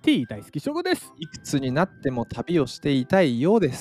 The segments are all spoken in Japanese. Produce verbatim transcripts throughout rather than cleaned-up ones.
ティー 大好き翔吾です。 いくつになっても旅をしていたいようです。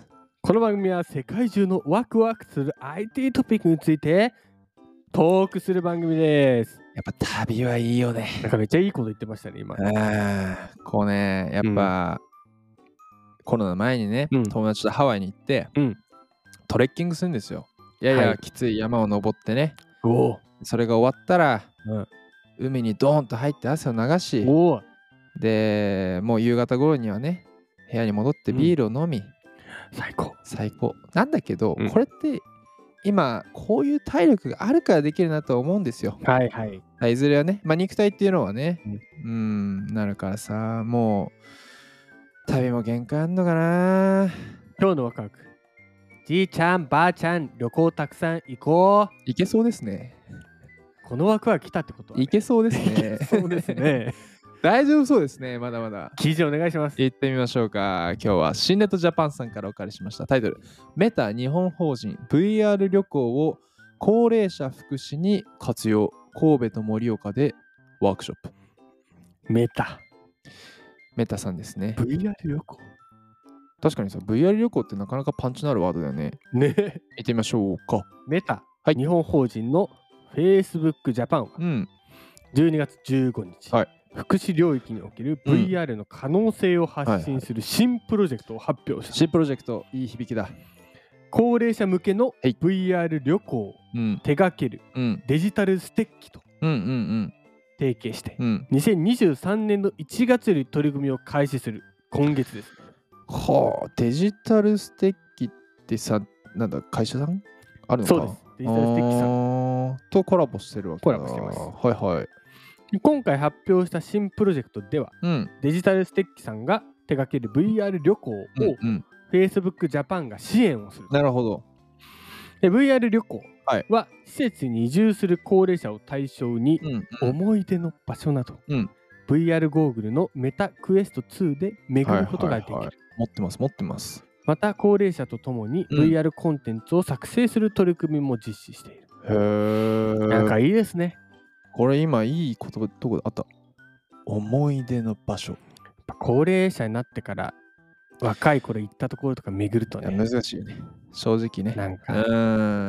この番組は世界中のワクワクする アイティー トピックについてトークする番組です。 やっぱ旅はいいよね。 なんかめっちゃいいこと言ってましたね今。 あこうねやっぱ、うん、コロナ前にね、うん、友達とハワイに行って、うん、トレッキングするんですよ。ややきつい山を登ってね、はい、それが終わったら、うん、海にドーンと入って汗を流し、でもう夕方頃にはね部屋に戻ってビールを飲み、うん、 最高最高なんだけど、うん、これって今こういう体力があるからできるなと思うんですよ。 はいはい。 いずれはね、まあ、肉体っていうのはね、うん、うんなるからさ、もう旅も限界あんのかな。 今日のワクワク、じいちゃんばあちゃん旅行たくさん行こう。 行けそうですね。 このワクワク来たってことは、 ね、行けそうですね。 そうですね。 大丈夫そうですね。まだまだ記事お願いします。 行ってみましょうか。今日はシンネットジャパンさんからお借りしましたタイトル、メタ日本法人 ブイアール 旅行を高齢者福祉に活用、神戸と盛岡でワークショップ。 メタメタさんですね。 ブイアール 旅行、 確かにさ ブイアール 旅行ってなかなかパンチのあるワードだよね。 ね。 行ってみましょうか。 メタ、はい、日本法人の Facebook Japan はじゅうにがつじゅうごにち、はい、福祉領域における ブイアール の可能性を発信する新プロジェクトを発表した。 新プロジェクト、いい響きだ。 高齢者向けの ブイアール 旅行を手掛けるデジタルステッキと提携して、にせんにじゅうさんねんのいちがつより取り組みを開始する今月です。 はあ、デジタルステッキってさ、なんだ、会社さんあるのか。 そうです。デジタルステッキさんとコラボしてるわけだ。 コラボしてます。 はいはい。 今回発表した新プロジェクトでは、うん、デジタルステッキさんが手掛ける ブイアール 旅行を、うんうん、Facebook Japan が支援をする。 なるほど。 で ブイアール 旅行は施設に移住する高齢者を対象に、うん、思い出の場所など、うん、ブイアール ゴーグルのメタクエストツーで巡ることができる、はいはいはい、 持ってます持ってます。 また高齢者とともに ブイアール コンテンツを作成する取り組みも実施している。 へー、 なんかいいですね。 これ今いい言葉どこあった。思い出の場所。 高齢者になってから若い頃行ったところとか巡るとね、 難しいよね正直ね。 なんかうん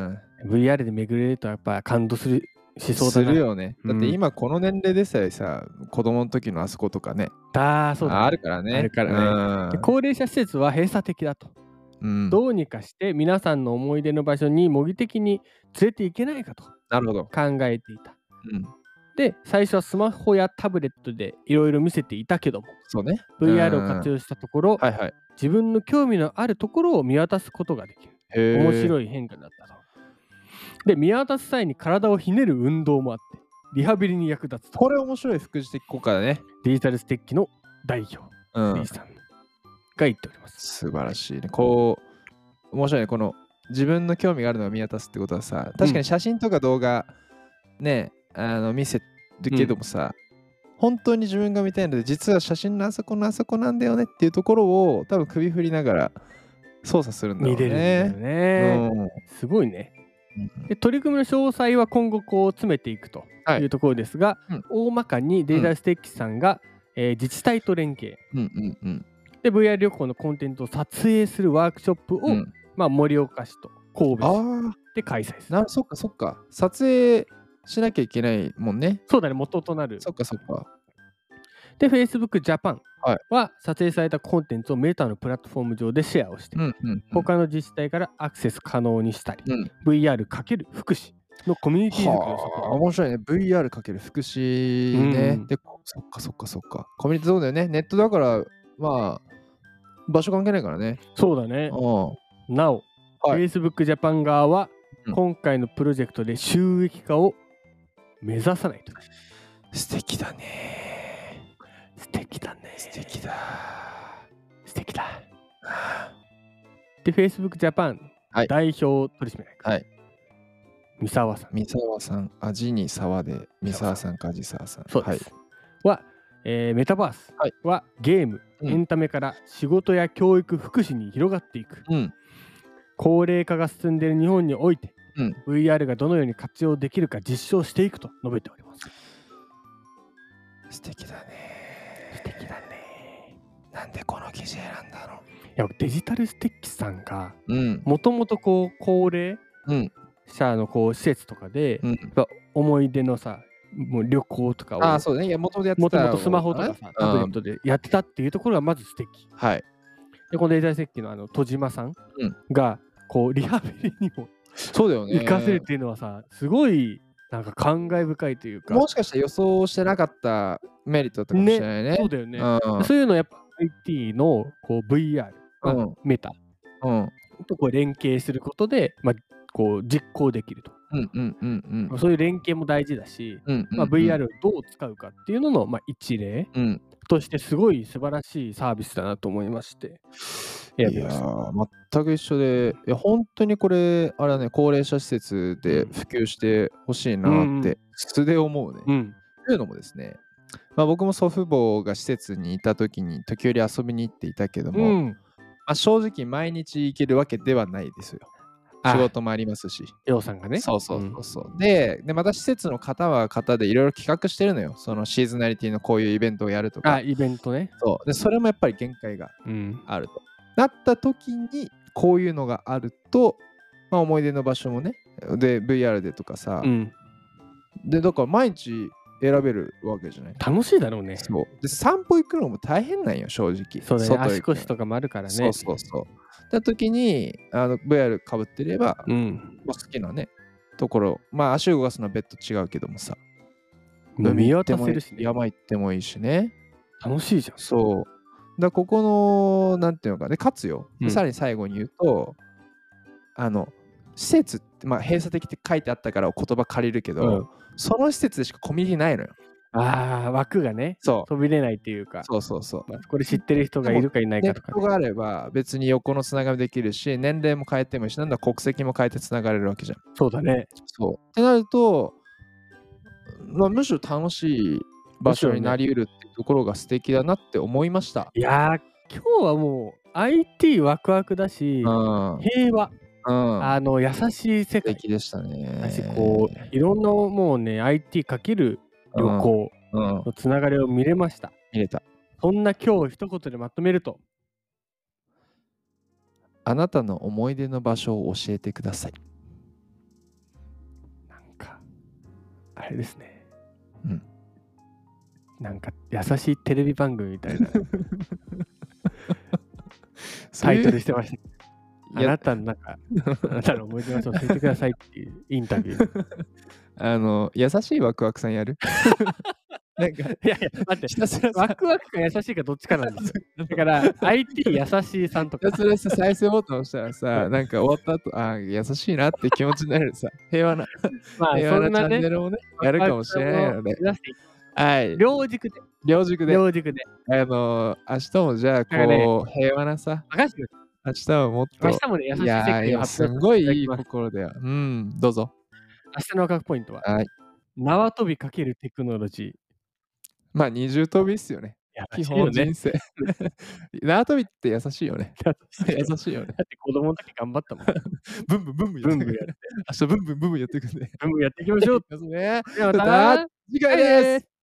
ブイアール で巡れるとやっぱ感動するしそうだな。 するよね。だって今この年齢でさえさ、うん、子供の時のあそことかね、 あ, そうだねあるからね。 あるからね。で高齢者施設は閉鎖的だと、うん、どうにかして皆さんの思い出の場所に模擬的に連れて行けないかと考えていた。うん、で最初はスマホやタブレットでいろいろ見せていたけども、 そうね、 ブイアール を活用したところ、はいはい、自分の興味のあるところを見渡すことができる。面白い変化だったと。で見渡す際に体をひねる運動もあってリハビリに役立つと。 これ面白い福祉的効果だね。 デジタルステッキの代表、うん、D さんが言っております。 素晴らしいね。こう面白いね。この自分の興味があるのを見渡すってことはさ、確かに写真とか動画、うん、ねあの見せるけどもさ、うん、本当に自分が見たいので実は写真のあそこのあそこなんだよねっていうところを多分首振りながら操作するんだろうね。 見れるんだよね、うん、すごいね。で取り組みの詳細は今後こう詰めていくというところですが、はい、うん、大まかにデジタルステッキさんが、うん、えー、自治体と連携、うんうんうん、で ブイアール 旅行のコンテンツを撮影するワークショップを、うん、まあ、盛岡市と神戸市で開催する。 なそっかそっか、撮影しなきゃいけないもんね。 そうだね、元となる。 そっかそっか。 で Facebook Japan は撮影されたコンテンツをメタのプラットフォーム上でシェアをして、うんうんうん、他の自治体からアクセス可能にしたり、うん、ブイアール× 福祉のコミュニティ作りをサポート。 面白いね。 ブイアール× 福祉ね、うん、でそっかそっかそっか、コミュニティそうだよね。ネットだからまあ場所関係ないからね。 そうだね。なお、はい、Facebook Japan 側は、うん、今回のプロジェクトで収益化を目指さないと。 素敵だね。 素敵だね。 素敵だ。 素敵だ。で Facebook Japan、はい、代表取締役、はい、三沢さん。 三沢さん、味に沢で三沢さんか味沢さん。 そうです。はい、は、えー、メタバースはゲーム、うん、エンタメから仕事や教育、福祉に広がっていく。うん、高齢化が進んでいる日本において、うん、ブイアール がどのように活用できるか実証していくと述べております。 素敵だね。 素敵だね。 なんでこの記事選んだの？いやデジタルステッキさんがもともとこう高齢者のこう施設とかで、うん、思い出のさもう旅行とかをあそうね、もともとやってたもともとスマホとかさタブレットでやってたっていうところがまず素敵。 はい。 でこのデジタルステッキのあの戸島さんがこうリハビリにもそうだよね。 生かせるっていうのはさすごいなんか感慨深いというか、 もしかしたら予想してなかったメリットかもしれないね。 ねそうだよね、うん、そういうのやっぱ アイティー のこう ブイアール、うん、メタ、うん、とこう連携することで、まあ、こう実行できると、うんうんうんうん、そういう連携も大事だし、うんうんうんまあ、ブイアール をどう使うかっていうのの、まあ、一例としてすごい素晴らしいサービスだなと思いまして。 いや全く一緒で、いや本当にこれあれはね高齢者施設で普及してほしいなって素で思うね。うん、というのもですね、まあ、僕も祖父母が施設にいた時に時折遊びに行っていたけども、うんまあ、正直毎日行けるわけではないですよ。仕事もありますし。 ようさんがね。 そうそうそうそう。うん、で, でまた施設の方は方でいろいろ企画してるのよ。そのシーズナリティのこういうイベントをやるとか。 あイベントね。 そうでそれもやっぱり限界があると。うんなった時にこういうのがあると、まあ、思い出の場所もねで ブイアール でとかさ、うん、でだから毎日選べるわけじゃない。 楽しいだろうね。 そうで散歩行くのも大変なんよ正直。 そうだね足腰とかもあるからね。 そうそうそうだ時にあの ブイアール かぶってれば、うん、好きなねところまあ足動かすのは別途違うけどもさ見渡せるし、ね、 山行ってもいいしね楽しいじゃん。 そうだここのなんていうのかねかつよ、うん、さらに最後に言うとあの施設って、まあ、閉鎖的って書いてあったから言葉借りるけど、うん、その施設でしかコミュニティないのよ。 ああ枠がねそう飛びれないっていうかそうそうそう、 まあ、これ知ってる人がいるかいないかとか、 ね、ネットがあれば別に横のつながりできるし年齢も変えてもいいしなんだ国籍も変えてつながれるわけじゃん。 そうだね。 そうってなると、まあ、むしろ楽しい場所になりうるっていうところが素敵だなって思いました。 いやー今日はもう アイティー ワクワクだし、うん、平和、うん、あの優しい世界素敵でしたね。 私こういろんなもうね アイティー かける旅行のつながりを見れました。 見れた。 そんな今日一言でまとめると、 あなたの思い出の場所を教えてください。 なんかあれですね。うん。なんか優しいテレビ番組みたいなタイトルしてました。あなたのなんかあなたの思い出の場所を教えてくださいっていうインタビュー。 あの優しいワクワクさんやるなんかいやいや待ってワクワクか優しいかどっちかなんですよ。だから アイティー 優しいさんとかそれさ再生ボタン押したらさなんか終わった後あ優しいなって気持ちになるさ平和な、まあ、平和なチャンネルをねやるかもしれないのではい。 両軸で。 両軸で。 両軸で。 あのー、明日もじゃあ、こう、平和なさ。明日はもっと。 明日もね、優しい世界を発表すごいいい心だよ。うん、どうぞ。 明日のワクワクポイントは、はい、縄跳びかけるテクノロジー。 まあ、二重跳びっすよね。基本人生。縄跳びって優しいよね。優しいよね。 だって子供の時頑張ったもん。 ブンブンブンブンやって。明日ブンブンブンブンやっていくんで。 ブンブンやっていきましょう。 ね。また次回です。